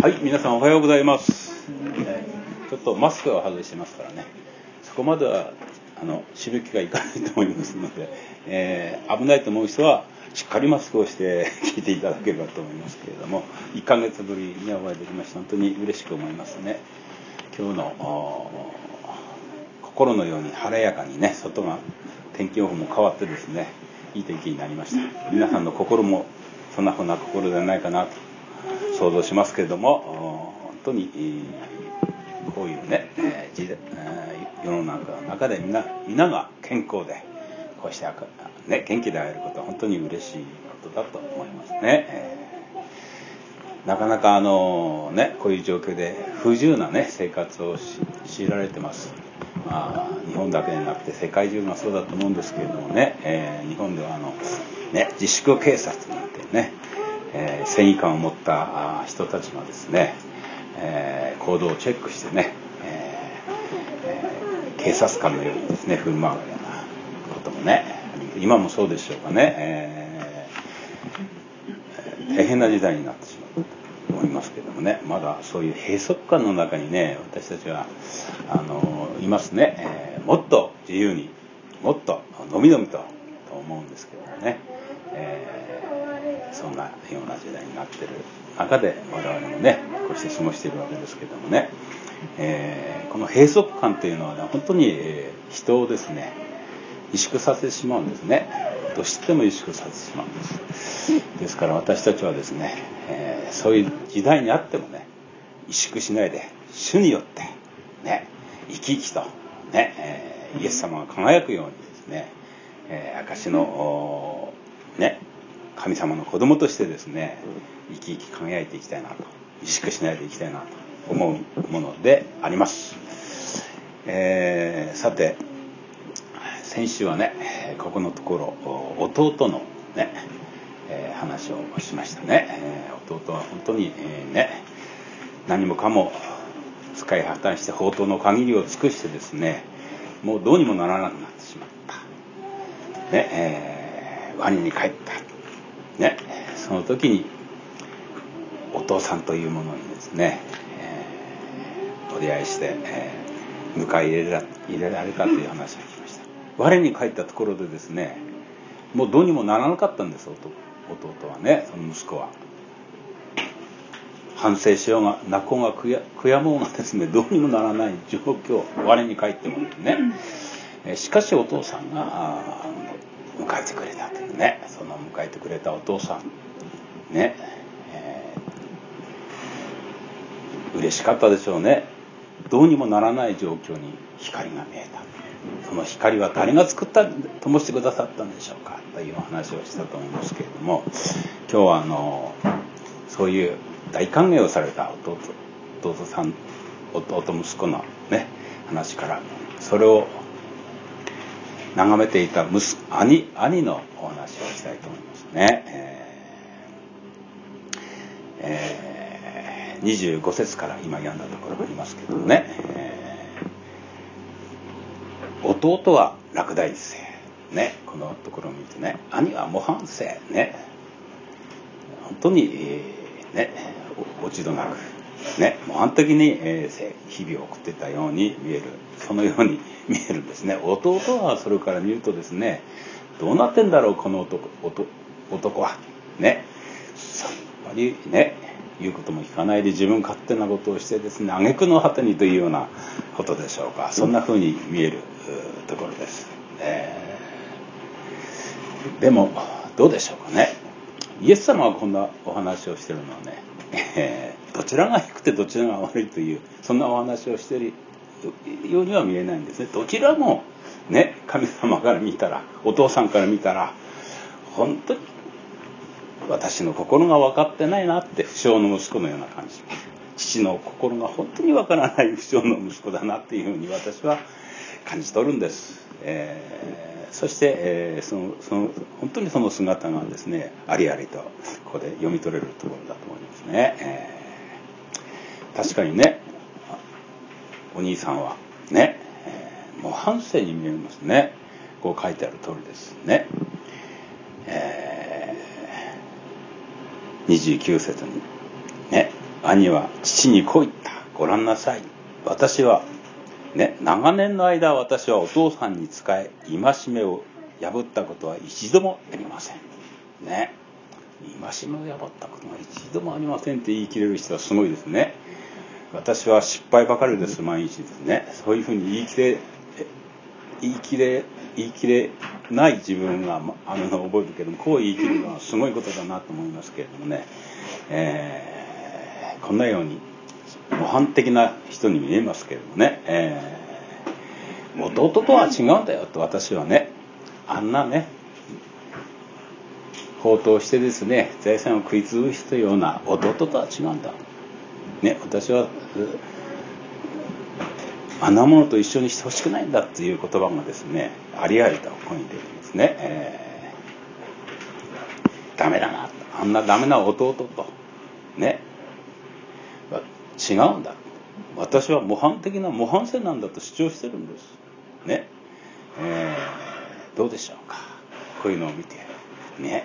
はい、皆さんおはようございます。ちょっとマスクを外してますからね、そこまではしぶきがいかないと思いますので、危ないと思う人はしっかりマスクをして聞いていただければと思いますけれども、1ヶ月ぶりにお会いできまして本当に嬉しく思いますね。今日の心のように晴れやかにね、外が天気予報も変わってですね、いい天気になりました。皆さんの心もそんなふうな心ではないかなと想像しますけれども、本当にこういうね、世の中の中で皆が健康でこうして、ね、元気で会えることは本当に嬉しいことだと思いますね。なかなかこういう状況で不自由なね生活を強いられてます。日本だけでなくて世界中がそうだと思うんですけれどもね、日本では自粛警察なんてね、正義感を持った人たちがですね、行動をチェックしてね、警察官のようにですね振る舞うようなこともね、今もそうでしょうかね、大変な時代になってしまうと思いますけどもね、まだそういう閉塞感の中にね私たちはいますね。もっと自由にもっとのみのみと思うんですけどもね、そんなような時代になっている中で我々もねこうして過ごしているわけですけどもね、この閉塞感というのは、ね、本当に、人をですね萎縮させてしまうんですね。どうしても萎縮させてしまうんです。ですから私たちはですね、そういう時代にあってもね萎縮しないで主によってね生き生きとね、イエス様が輝くようにですね、証のね神様の子供としてですね生き生き輝いていきたいなと、萎縮しないでいきたいなと思うものであります。さて先週はねここのところ弟のね、話をしましたね。弟は本当に、何もかも使い果たして放蕩の限りを尽くしてですね、もうどうにもならなくなってしまった、ね、ワニに帰ったね、その時にお父さんというものにですね、お出会いして、迎え入れられたという話が来ました。我に帰ったところでですね、もうどうにもならなかったんです。弟はね、その息子は反省しようが泣こうが悔やもうがですね、どうにもならない状況、我に帰ってもですね、しかしお父さんが迎えてくれたというね、その迎えてくれたお父さんね、嬉しかったでしょうね。どうにもならない状況に光が見えた。その光は誰が灯してくださったんでしょうかというお話をしたと思いますけれども、今日はそういう大歓迎をされた弟さん、弟息子のね話から、それを眺めていた兄のお話をしたいと思いますね。25節から今読んだところがありますけどね、弟は落第生ね、このところを見てね、兄は模範生ね、本当に、落ち度なくね模範的に、日々を送っていたように見える、そのように見えるんですね。弟はそれから見るとですね、どうなってんだろうこの男はね、さっぱりね言うことも聞かないで自分勝手なことをしてですね、挙句の果てにというようなことでしょうか。そんな風に見えるところです。でもどうでしょうかね。イエス様はこんなお話をしているのはね、どちらが低くてどちらが悪いというそんなお話をしているようには見えないんですね。どちらもね、神様から見たら、お父さんから見たら本当に私の心が分かってないなって、不肖の息子のような感じします。父の心が本当に分からない不肖の息子だなっていうふうに私は感じ取るんです。そして、本当にその姿がですね、ありありとここで読み取れるところだと思いますね。確かにね、お兄さんはね、模範生に見えますね。こう書いてある通りですね。29節にね、 兄は父にこう言った。ご覧なさい。私はね、長年の間私はお父さんに仕え戒めを破ったことは一度もありませんね。戒めを破ったことが一度もありませんって言い切れる人はすごいですね。私は失敗ばかりです毎日ですね。そういうふうに言い切れない自分が覚えるけども、こう言い切るのはすごいことだなと思いますけれどもね、こんなように模範的な人に見えますけれどもね、弟とは違うんだよと私はね、あんなね放蕩してですね財産を食い潰したような弟とは違うんだね、私はあんなものと一緒にしてほしくないんだっていう言葉がですねありありとここに出てますね、ダメだな、あんなダメな弟とね違うんだ、私は模範的な模範生なんだと主張してるんですね、どうでしょうか、こういうのを見てね、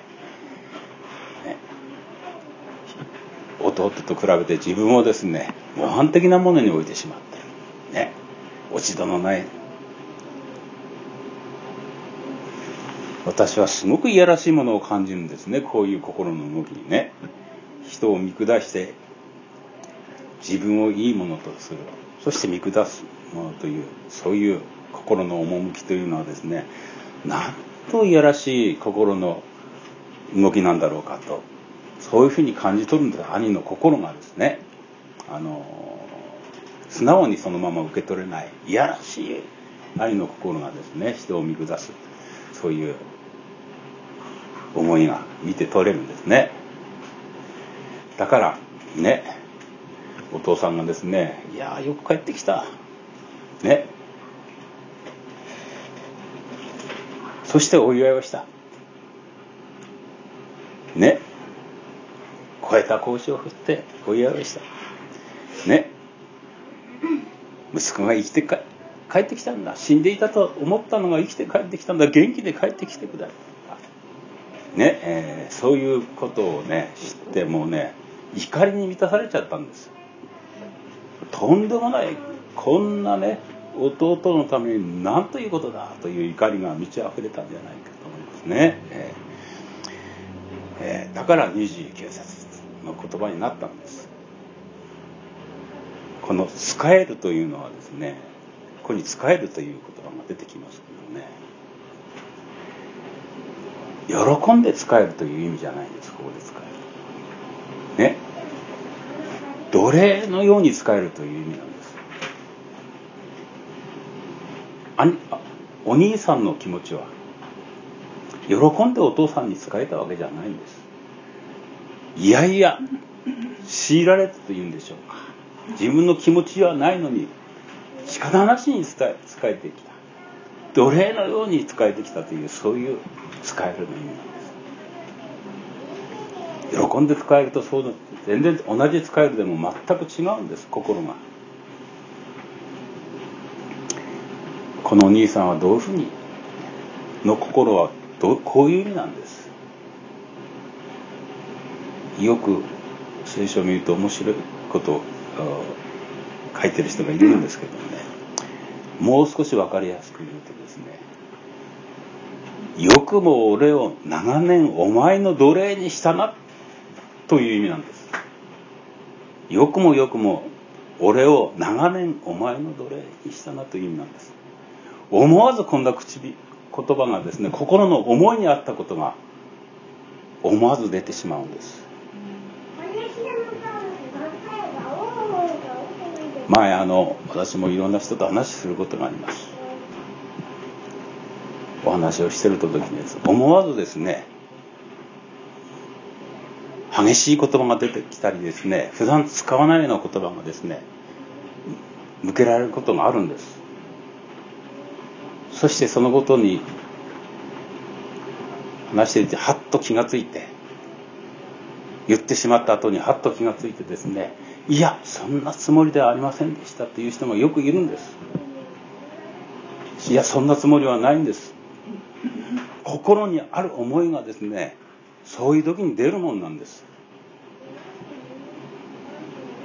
弟と比べて自分をですね模範的なものに置いてしまってね、落ち度のない、私はすごくいやらしいものを感じるんですね、こういう心の動きにね。人を見下して自分をいいものとする、そして見下すものというそういう心の趣というのはですね、なんといやらしい心の動きなんだろうかと、そういうふうに感じ取るんです。兄の心がですね、素直にそのまま受け取れないいやらしい兄の心がですね、人を見下すそういう思いが見て取れるんですね。だからね、お父さんがですね、いやよく帰ってきたね、そしてお祝いをしたね、超えた拳を振ってお祝いをしたね、息子が生きて帰ってきたんだ、死んでいたと思ったのが生きて帰ってきたんだ、元気で帰ってきてくだね、そういうことをね知ってもうね怒りに満たされちゃったんです。とんでもない、こんなね弟のために何ということだという怒りが満ち溢れたんじゃないかと思いますね、だから29節の言葉になったんです。この仕えるというのはですね、ここに仕えるという言葉が出てきますけどね、喜んで仕えるという意味じゃないんです。ここで仕えるね、奴隷のように仕えるという意味なんです。お兄さんの気持ちは喜んでお父さんに仕えたわけじゃないんです。いやいや強いられたというんでしょうか、自分の気持ちはないのに仕方なしに仕えてきた、奴隷のように仕えてきたという、そういう仕えるの意味なんです。喜んで仕えるとそう全然同じ仕えるでも全く違うんです、心が。このお兄さんはどういうふうにの心はこういう意味なんです。よく聖書を見ると面白いことを書いてる人がいるんですけどもね、もう少し分かりやすく言うとですね、よくも俺を長年お前の奴隷にしたなという意味なんです。よくも俺を長年お前の奴隷にしたなという意味なんです。思わずこんな言葉がですね、心の思いにあったことが思わず出てしまうんです。前私もいろんな人と話することがあります。お話をしてる時にです、思わずですね激しい言葉が出てきたりですね、普段使わないような言葉がですね向けられることがあるんです。そしてそのことに話していてハッと気がついて、言ってしまった後にハッと気がついてですね、いやそんなつもりではありませんでしたという人もよくいるんです。いやそんなつもりはないんです。心にある思いがですね、そういう時に出るもんなんです。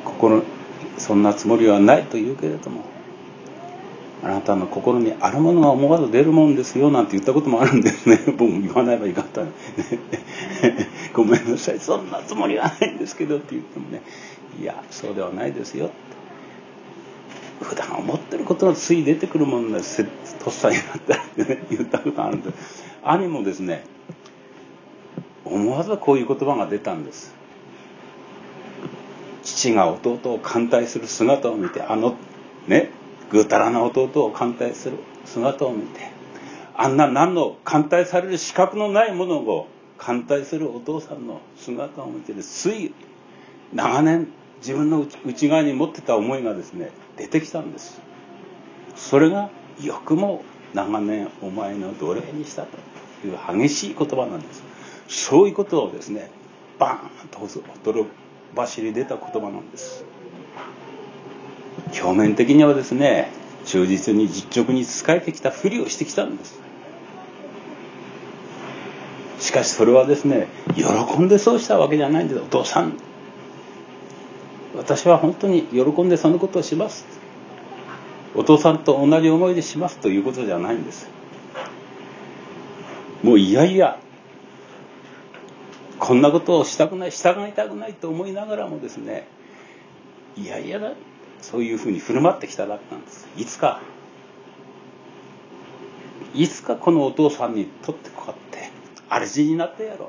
そんなつもりはないと言うけれども、あなたの心にあるものが思わず出るもんですよなんて言ったこともあるんですね。僕も言わないばいかったごめんなさい、そんなつもりはないんですけどって言ってもね、いやそうではないですよ、普段思ってることがつい出てくるものです、とっさになったらってね、言ったことあるんです。兄もですね、思わずこういう言葉が出たんです。父が弟を歓待する姿を見て、ぐうたらな弟を歓待する姿を見て、あんな何の歓待される資格のないものを歓待するお父さんの姿を見て、つい長年自分の内側に持ってた思いがですね、出てきたんです。それがよくも長年お前の奴隷にしたという激しい言葉なんです。そういうことをですね、バーンと驚走り出た言葉なんです。表面的にはですね、忠実に実直に仕えてきたふりをしてきたんです。しかしそれはですね、喜んでそうしたわけじゃないんです。お父さん、私は本当に喜んでそのことをします、お父さんと同じ思いでしますということじゃないんです。もういやいやこんなことをしたくない、従いたくないと思いながらもですね、いやいやだ、そういうふうに振る舞ってきただけなんです。いつかこのお父さんにとってこうやって主になってやろう、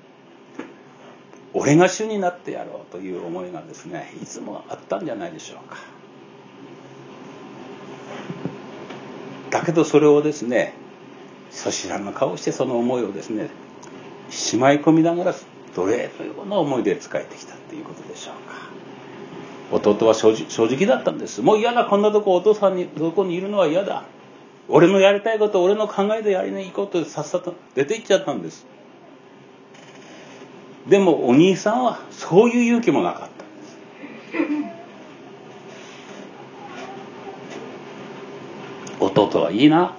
俺が主になってやろうという思いがですね、いつもあったんじゃないでしょうか。だけどそれをですね、そしらの顔してその思いをですね、しまい込みながら奴隷のような思いで仕えてきたということでしょうか。弟は正直だったんです。もう嫌だ、こんなとこお父さんにどこにいるのは嫌だ、俺のやりたいこと、俺の考えでやりに行こうとさっさと出て行っちゃったんです。でもお兄さんはそういう勇気もなかったんです。弟はいいな、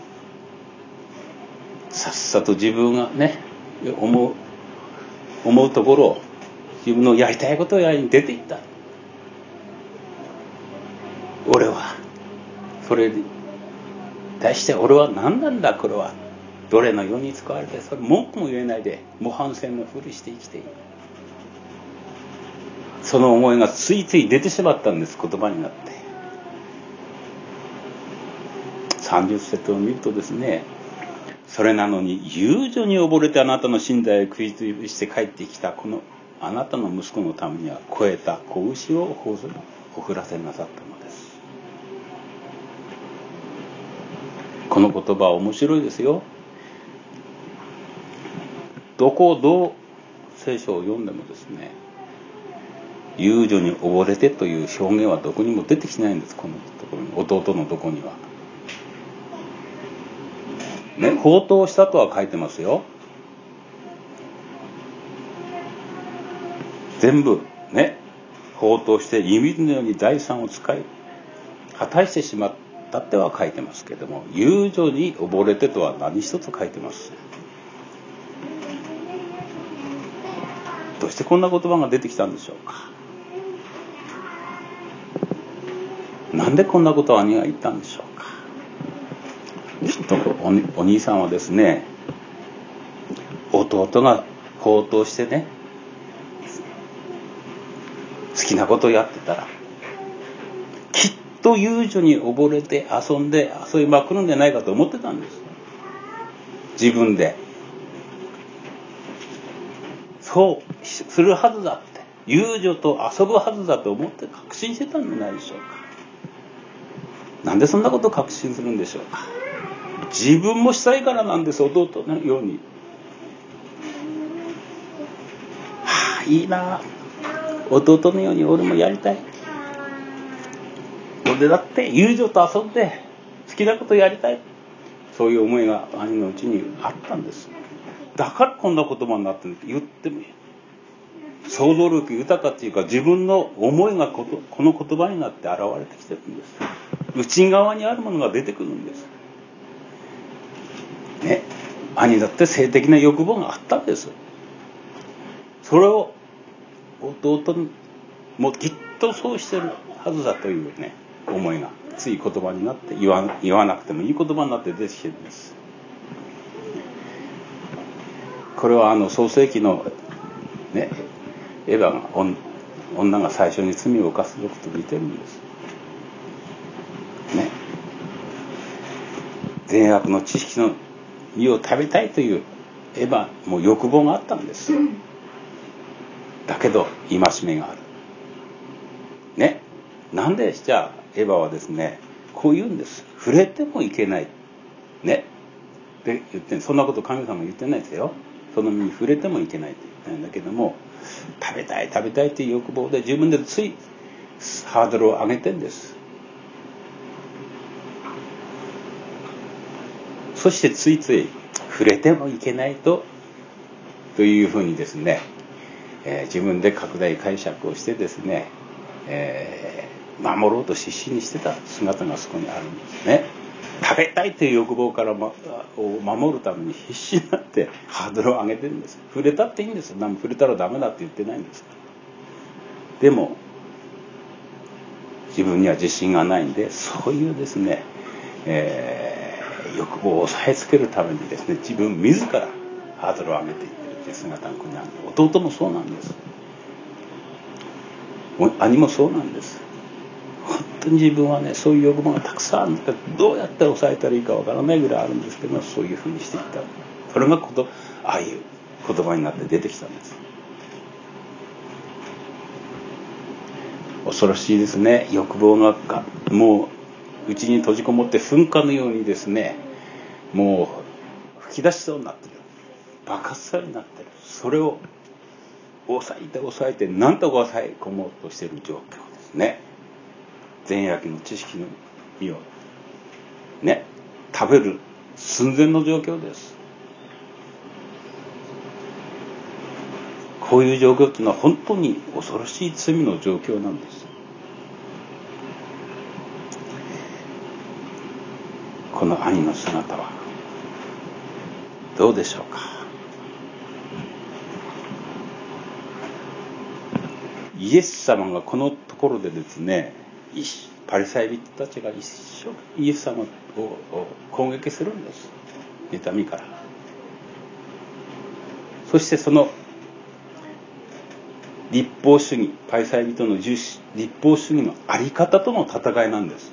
さっさと自分がね思うところを、自分のやりたいことをやりに出ていった。俺はそれに対して俺は何なんだ、これは奴隷のように使われて、それ文句も言えないで模範生のふりして生きている。その思いがついつい出てしまったんです、言葉になって。30節を見るとですね、それなのに遊女に溺れてあなたの身代を食い潰して帰ってきたこのあなたの息子のためには肥えた子牛を送らせなさったのです。この言葉は面白いですよ。どこをどう聖書を読んでもですね、遊女に溺れてという表現はどこにも出てきてないんです。このところに、弟のところにはね、放蕩したとは書いてますよ。全部ね、放蕩して湯水のように財産を使い果たしてしまったっては書いてますけども、遊女に溺れてとは何一つ書いてます。どうしてこんな言葉が出てきたんでしょうか。なんでこんなことを兄が言ったんでしょうか。ちょっとお兄さんはですね、弟が放蕩してね、好きなことをやってたらきっと遊女に溺れて遊びまくるんじゃないかと思ってたんです。自分でそうするはずだって、遊女と遊ぶはずだと思って確信してたんじゃないでしょうか。なんでそんなことを確信するんでしょうか。自分もしたいからなんです。弟のように、いいな、弟のように俺もやりたい、俺だって友情と遊んで好きなことやりたい、そういう思いが兄のうちにあったんです。だからこんな言葉になってるって言ってもいい。想像力豊かっていうか、自分の思いがこの言葉になって現れてきてるんです。内側にあるものが出てくるんですね。兄だって性的な欲望があったんです。それを弟にもぎっとそうしてるはずだというね思いがつい言葉になって言わなくてもいい言葉になって出てきてるんです。これは創世記のねエヴァが女が最初に罪を犯す時と似てるんですね。善悪の知識の実を食べたいというエヴァも欲望があったんです。だけど戒めがあるね。なんでじゃあエヴァはですねこう言うんです。触れてもいけないねって言って、そんなこと神様は言ってないですよ。その身に触れてもいけないって言ったんだけども、食べたいっていう欲望で自分でついハードルを上げてんです。そしてついつい触れてもいけないというふうにですね、自分で拡大解釈をしてですね、守ろうと必死にしてた姿がそこにあるんですね。食べたいという欲望から、を守るために必死になってハードルを上げてるんです。触れたっていいんですよ。触れたらダメだって言ってないんです。でも自分には自信がないんで、そういうですね、欲望を抑えつけるためにですね、自分自らハードルを上げていってるっていう姿がここにある。弟もそうなんです。兄もそうなんです。本当に自分はね、そういう欲望がたくさんあるんだけど、どうやって抑えたらいいかわからないぐらいあるんですけど、そういうふうにしていった。それがああいう言葉になって出てきたんです。恐ろしいですね。欲望がもう内に閉じこもって噴火のようにですね、もう吹き出しそうになってる、爆発さになってる。それを抑えてなんとか抑え込もうとしている状況ですね。善悪の知識の実をね食べる寸前の状況です。こういう状況というのは本当に恐ろしい罪の状況なんです。この兄の姿はどうでしょうか。イエス様がこのところでですね、パリサイ人たちが一生イエス様を攻撃するんです。妬みから。そしてその立法主義、パリサイ人の立法主義のあり方との戦いなんです。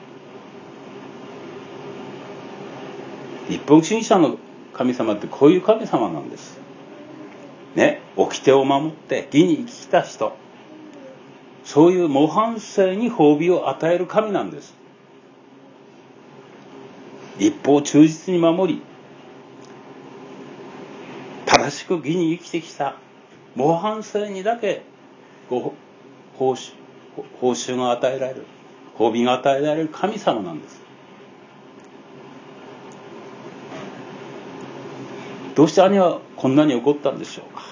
立法主義者の神様ってこういう神様なんですね。掟を守って義に生きた人、そういう模範生に褒美を与える神なんです。立法を忠実に守り、正しく義に生きてきた模範生にだけ報酬が与えられる、褒美が与えられる神様なんです。どうして兄はこんなに怒ったんでしょうか。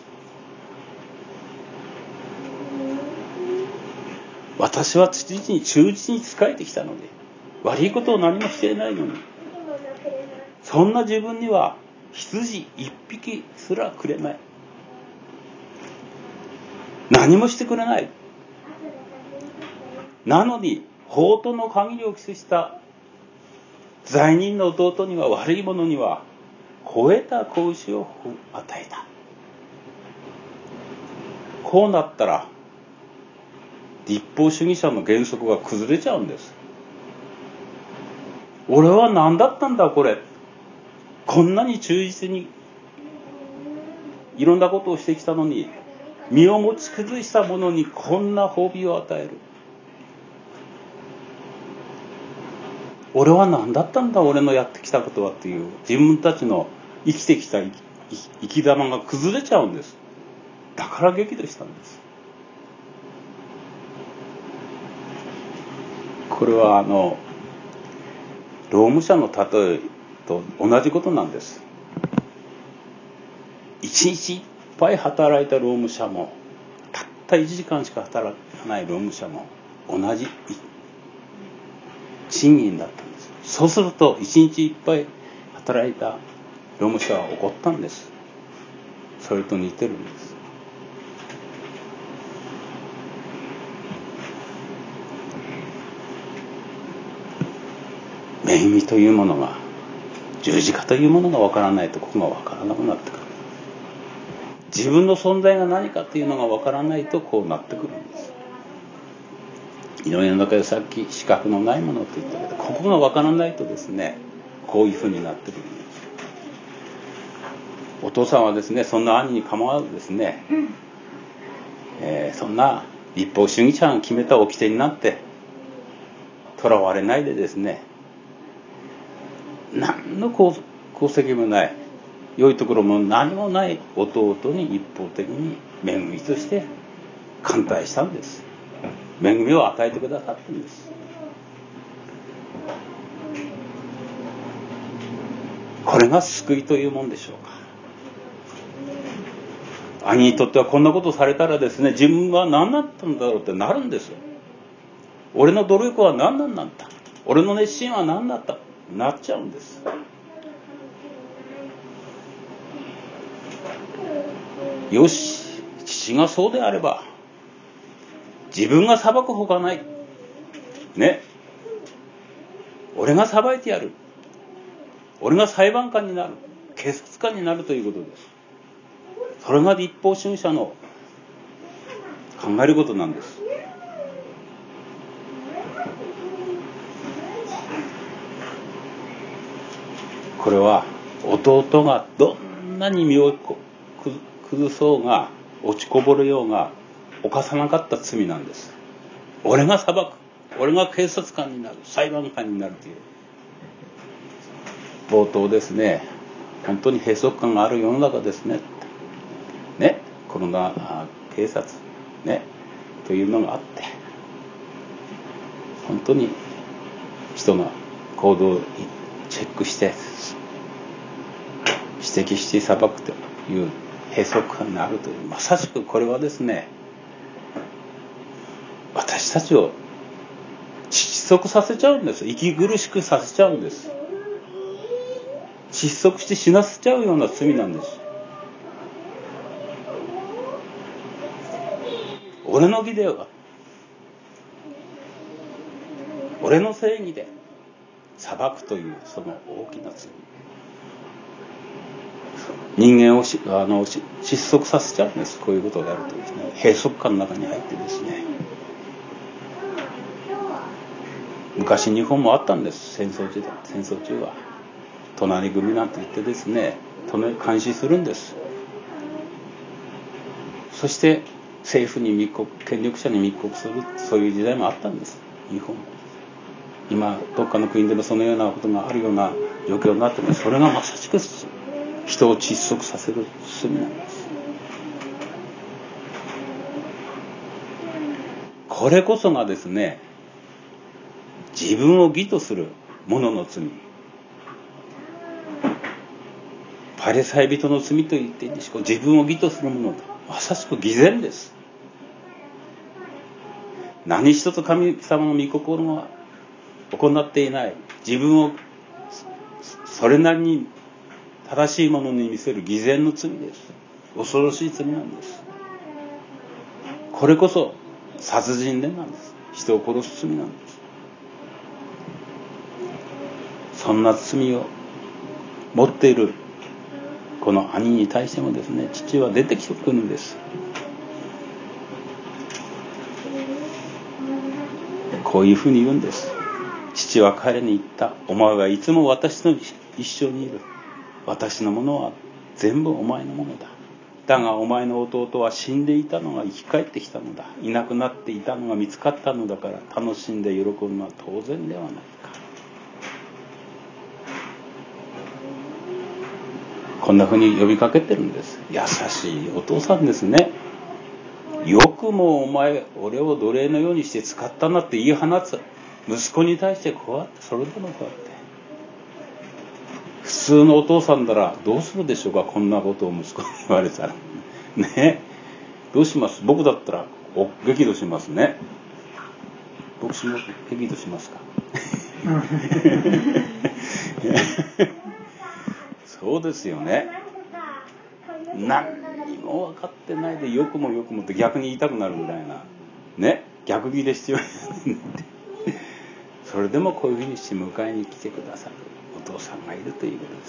私は父に忠実に仕えてきたので、悪いことを何もしていないのに、そんな自分には羊一匹すらくれない、何もしてくれない。なのに法との限りを期した罪人の弟には、悪い者には肥えた子牛を与えた。こうなったら立法主義者の原則が崩れちゃうんです。俺は何だったんだこれ、こんなに忠実にいろんなことをしてきたのに、身を持ち崩した者にこんな褒美を与える。俺は何だったんだ、俺のやってきたことはっていう、自分たちの生きてきた生き様が崩れちゃうんです。だから激怒したんです。これは労務者の例えと同じことなんです。一日いっぱい働いた労務者も、たった1時間しか働かない労務者も同じ賃金だったんです。そうすると一日いっぱい働いた労務者は怒ったんです。それと似てるんです。 恵みというものが、十字架というものが分からないとここが分からなくなってくる。自分の存在が何かというのが分からないとこうなってくるんです。祈りの中でさっき資格のないものと言ったけど、ここが分からないとですね、こういうふうになってくるんです。お父さんはですね、そんな兄に構わずですね、そんな立法主義者が決めた掟になってとらわれないでですね、何の功績もない、良いところも何もない弟に一方的に恵みとして歓待したんです。恵みを与えてくださったんです。これが救いというもんでしょうか。兄にとってはこんなことされたらですね、自分は何だったんだろうってなるんですよ。俺の努力は何なんだった、俺の熱心は何だった、なっちゃうんです。よし、父がそうであれば自分が裁くほかないね、俺が裁いてやる、俺が裁判官になる、警察官になるということです。それが立法主義者の考えることなんです。これは弟がどんなに身を崩そうが落ちこぼれようが犯さなかった罪なんです。俺が裁く、俺が警察官になる、裁判官になるという冒頭ですね、本当に閉塞感がある世の中ですね、コロナ警察ねというのがあって、本当に人の行動をチェックして指摘して裁くという閉塞感になるという、まさしくこれはですね、私たちを窒息させちゃうんです。息苦しくさせちゃうんです。窒息して死なせちゃうような罪なんです。俺の義では、俺の正義で裁くというその大きな罪、人間を窒息させちゃうんです。こういうことをやるとですね、閉塞感の中に入ってですね、昔日本もあったんです。戦争中は隣組なんて言ってですね、監視するんです。そして政府に密告、権力者に密告する、そういう時代もあったんです、日本も。今どっかの国でもそのようなことがあるような状況になっても、それがまさしく人を窒息させる罪なんです。これこそがですね、自分を義とする者の罪、パリサイ人の罪と言っていいんでしょうか。自分を義とする者、まさしく偽善です。何一つ神様の御心が行っていない、自分をそれなりに正しいものに見せる偽善の罪です。恐ろしい罪なんです。これこそ殺人でなんです。人を殺す罪なんです。そんな罪を持っているこの兄に対してもですね、父は出てきてくるんです。こういうふうに言うんです。父は彼に言った。お前はいつも私と一緒にいる。私のものは全部お前のものだ。だがお前の弟は死んでいたのが生き返ってきたのだ。いなくなっていたのが見つかったのだから、楽しんで喜ぶのは当然ではないか。こんなふうに呼びかけてるんです。優しいお父さんですね。よくもお前俺を奴隷のようにして使ったなって言い放つ息子に対して、こうやってそれでもこうやって、普通のお父さんならどうするでしょうか。こんなことを息子に言われたらね、どうします。僕だったら激怒しますね。僕も激怒しますかそうですよね。何にも分かってないでよくもって逆に言いたくなるぐらいなね、逆ギレしてるそれでもこういうふうにして迎えに来てくださるお父さんがいるということです。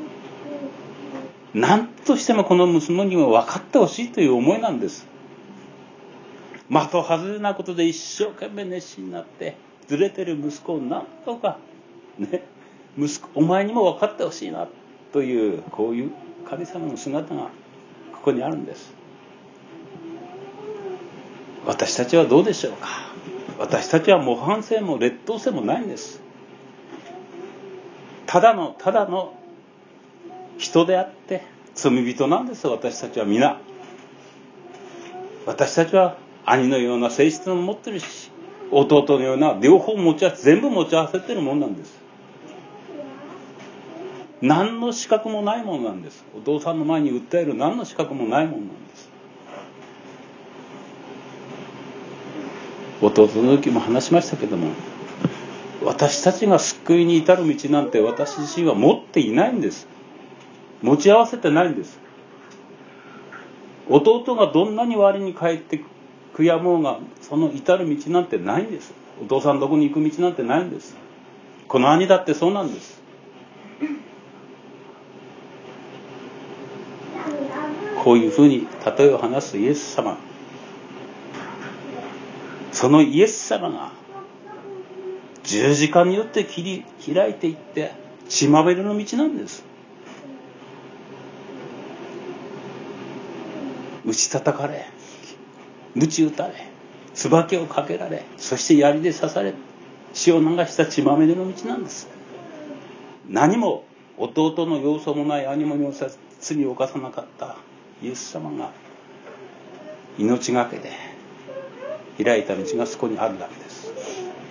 何としてもこの娘にも分かってほしいという思いなんです。的外れなことで一生懸命熱心になってずれてる息子を何とかね、お前にも分かってほしいなというこういう神様の姿がここにあるんです。私たちはどうでしょうか。私たちは模範性も劣等性もないんです。ただの人であって罪人なんです。私たちは皆。私たちは兄のような性質も持ってるし、弟のような両方全部持ち合わせてるもんなんです。何の資格もないものなんです。お父さんの前に訴える何の資格もないものなんです。弟の時も話しましたけども、私たちが救いに至る道なんて私自身は持っていないんです。持ち合わせてないんです。弟がどんなに我に返って悔やもうがその至る道なんてないんです。お父さんどこに行く道なんてないんです。この兄だってそうなんです。こういうふうに例えを話すイエス様、そのイエス様が十字架によって切り開いていって血まみれの道なんです。打ち叩かれ、鞭打たれ、椿をかけられ、そして槍で刺され、血を流した血まみれの道なんです。何も弟の要素もない兄も罪を犯さなかったイエス様が命がけで開いた道がそこにあるだけです。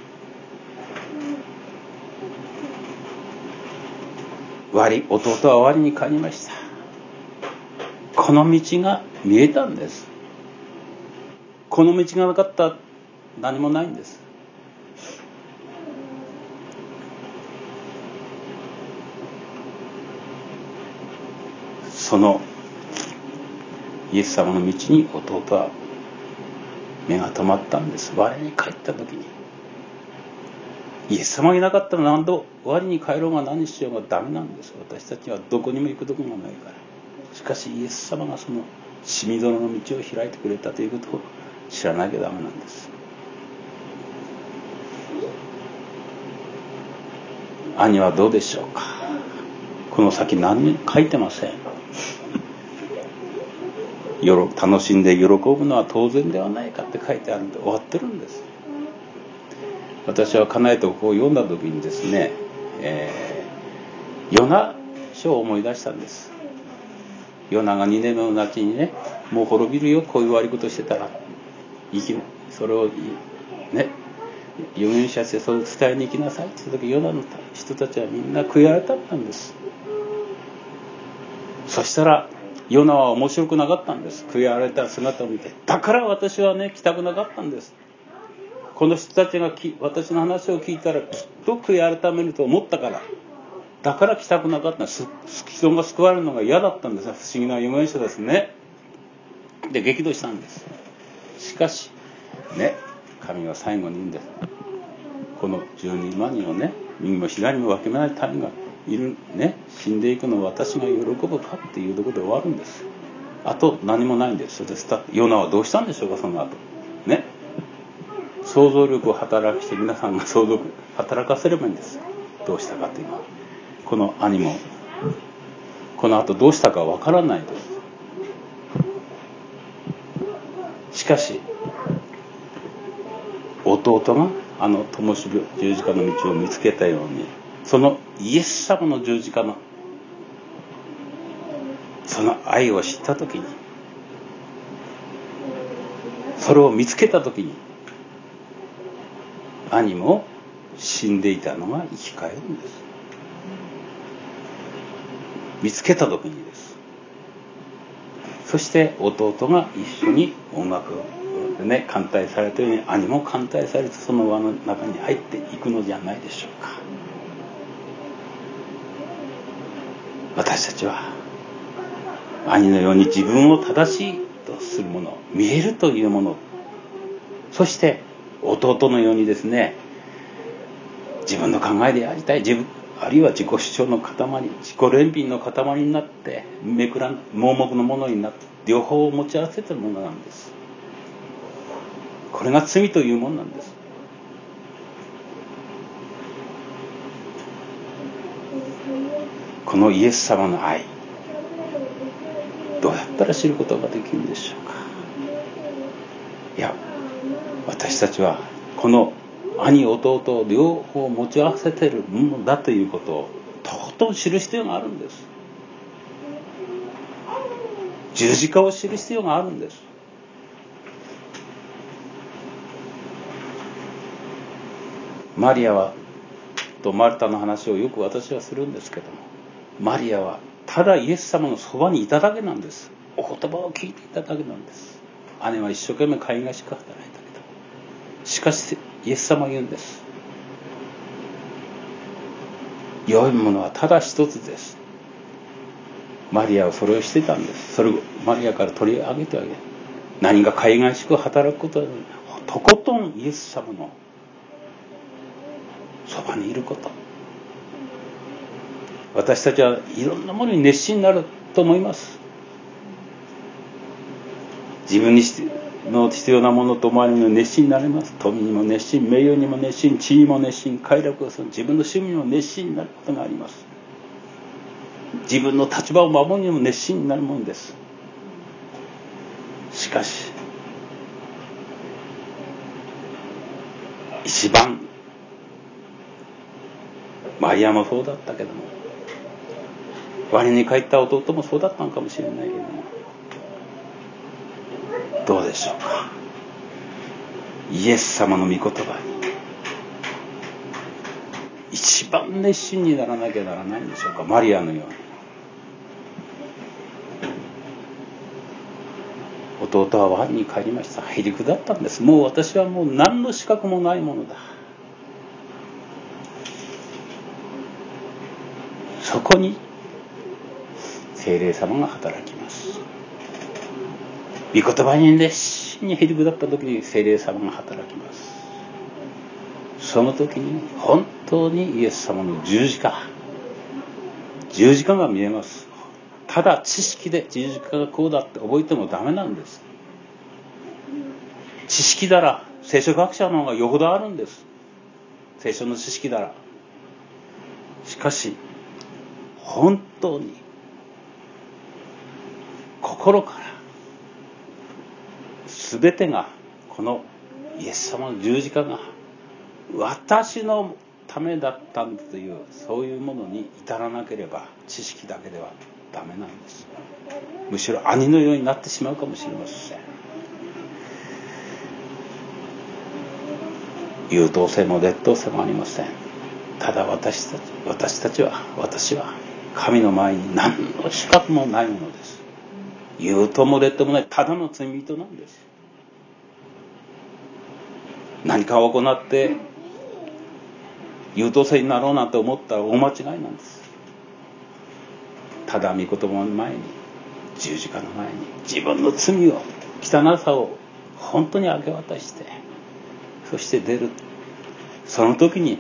弟は我に返りました。この道が見えたんです。この道がなかったら何もないんです。そのイエス様の道に弟は目が留まったんです。我に帰った時にイエス様がいなかったら何度我に帰ろうが何しようがダメなんです。私たちはどこにも行くとこがないから。しかしイエス様がその血みどろの道を開いてくれたということを知らなきゃダメなんです。兄はどうでしょうか。この先何に書いてません。楽しんで喜ぶのは当然ではないかって書いてあるんで終わってるんです。私は家内とこう読んだ時にですね、ヨナ書を思い出したんです。ヨナが2年目の夏にね、もう滅びるよ、こういう悪いことしてたらそれをね、預言者してそれを伝えに行きなさいって言った時、ヨナの人たちはみんな悔い改めたんです。そしたらヨナは面白くなかったんです。悔い改めた姿を見て、だから私はね来たくなかったんです。この人たちが私の話を聞いたらきっと悔い改めると思ったから、だから来たくなかったんです。人が救われるのが嫌だったんです。不思議な預言者ですね。で激怒したんです。しかしね、神は最後に言うんです。この12万人をね、右も左も分け目ない民がいるね、死んでいくのを私が喜ぶかっていうところで終わるんです。あと何もないんです。それでヨナはどうしたんでしょうか。その後ね、想像力を働かして皆さんが想像力働かせればいいんです。どうしたかというのは、この兄もこの後どうしたかわからないんです。しかし弟が灯火十字架の道を見つけたように、そのイエス様の十字架のその愛を知った時に、それを見つけた時に、兄も死んでいたのが生き返るんです。見つけた時にです。そして弟が一緒に音楽でね歓待されたように、兄も歓待されてその輪の中に入っていくのじゃないでしょうか。私たちは兄のように自分を正しいとするもの、見えるというもの、そして弟のようにですね、 自分の考えでやりたい、あるいは自己主張の塊、自己憐憫の塊になって盲目のものになって、両方を持ち合わせているものなんです。これが罪というものなんです。このイエス様の愛、どうやったら知ることができるんでしょうか。いや、私たちはこの兄弟を両方持ち合わせているものだということをとことん知る必要があるんです。十字架を知る必要があるんです。マリアとマルタの話をよく私はするんですけども、マリアはただイエス様のそばにいただけなんです。お言葉を聞いていただけなんです。姉は一生懸命海外しく働いたけど、しかしイエス様は言うんです。良いものはただ一つです。マリアはそれをしてたんです。それをマリアから取り上げてあげる。何が海外しく働くことはとことんイエス様のそばにいること。私たちはいろんなものに熱心になると思います。自分にの必要なものと思われるのに熱心になれます。富にも熱心、名誉にも熱心、地位にも熱心、快楽をする、自分の趣味にも熱心になることがあります。自分の立場を守るにも熱心になるものです。しかし一番、マリアもそうだったけども、我に帰った弟もそうだったのかもしれないけども、どうでしょうか。イエス様の御言葉に一番熱心にならなきゃならないんでしょうか。マリアのように。弟は我に帰りました。へりくだったんです。もう私はもう何の資格もないものだ。そこに聖霊様が働きます。御言葉に熱心にへりくだった時に聖霊様が働きます。その時に本当にイエス様の十字架が見えます。ただ知識で十字架がこうだって覚えてもダメなんです。知識なら聖書学者の方がよほどあるんです。聖書の知識なら。しかし本当に心から全てがこのイエス様の十字架が私のためだったんだという、そういうものに至らなければ知識だけではダメなんです。むしろ兄のようになってしまうかもしれません。優等生も劣等生もありません。ただ私は神の前に何の資格もないものです。優等も劣等もない、ただの罪人なんです。何かを行って優等生になろうなんて思ったら大間違いなんです。ただ御言葉の前に、十字架の前に自分の罪を、汚さを本当に明け渡して、そして出る。その時に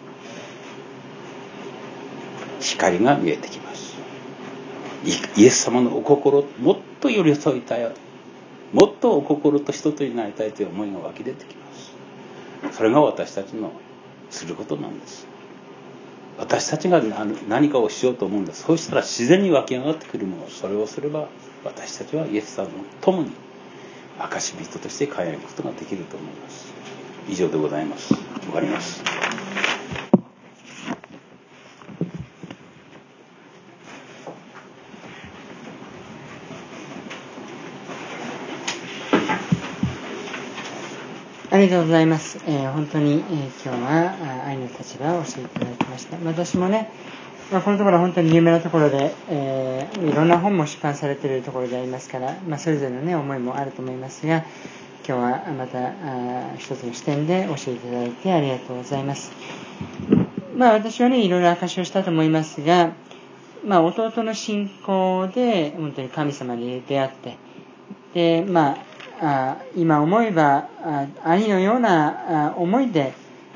光が見えてきます。イエス様のお心、もっと寄り添いたい、もっとお心と一つになりたいという思いが湧き出てきます。それが私たちのすることなんです。私たちが何かをしようと思うんです。そうしたら自然に湧き上がってくるもの、それをすれば私たちはイエス様と共に証人として輝くことができると思います。以上でございます。終わります。 ありがとうございます。本当に、今日は愛の立場を教えていただきました。私もね、このところは本当に有名なところで、いろんな本も出版されているところでありますから、それぞれのね思いもあると思いますが、今日はまた一つの視点で教えていただいてありがとうございます。私はねいろいろ証しをしたと思いますが、弟の信仰で本当に神様に出会って、で今思えば兄のような思いで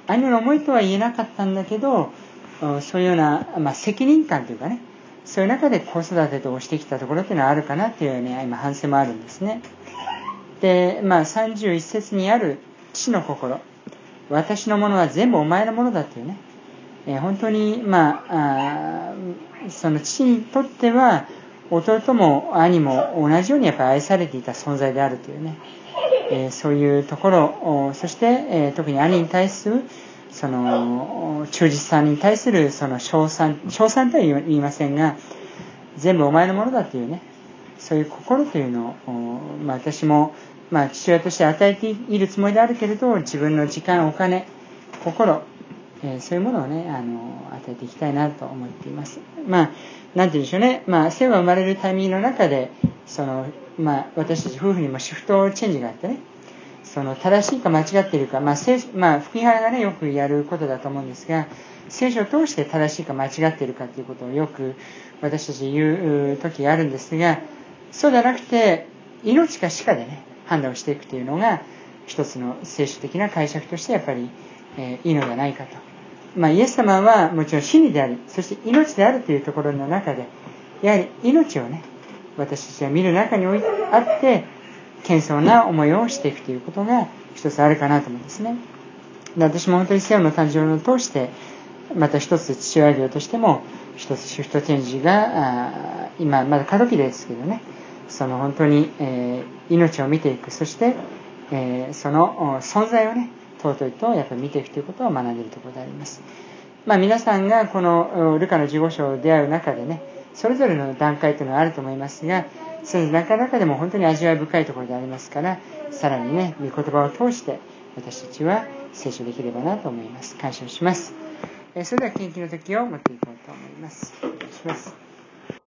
兄の思いとは言えなかったんだけど、そういうような、責任感というかね、そういう中で子育てをしてきたところっていうのはあるかなっていうね、今反省もあるんですね。で、31節にある父の心、私のものは全部お前のものだっていうね、本当にその父にとっては弟も兄も同じようにやっぱり愛されていた存在であるというね、そういうところ、そして、特に兄に対するその忠実さに対するその称賛とは言いませんが、全部お前のものだというね、そういう心というのを、私も父親として与えているつもりであるけれど、自分の時間、お金、心、そういうものをね、与えていきたいなと思っています。なんて言うんでしょうね、生が生まれるタイミングの中で、私たち夫婦にもシフトチェンジがあってね、その正しいか間違っているか、吹き派がね、よくやることだと思うんですが、聖書を通して正しいか間違っているかということをよく私たち言う時があるんですが、そうではなくて、命か死かでね、判断をしていくというのが、一つの聖書的な解釈としてやっぱり、いいのではないかと。イエス様はもちろん真理であり、そして命であるというところの中で、やはり命をね、私たちが見る中においてあって、謙遜な思いをしていくということが一つあるかなと思うんですね。で、私も本当にセオの誕生を通して、また一つ父親業としても一つシフトチェンジが今まだ過渡期ですけどね、その本当に、命を見ていく、そして、その存在をね、尊いとやっぱり見ていくということを学んでいるところであります。皆さんがこのルカの15章を出会う中でね、それぞれの段階というのはあると思いますが、その中でも本当に味わい深いところでありますから、さらにね、御言葉を通して私たちは成長できればなと思います。感謝します。それでは献金の時を持っていこうと思います。お願いします。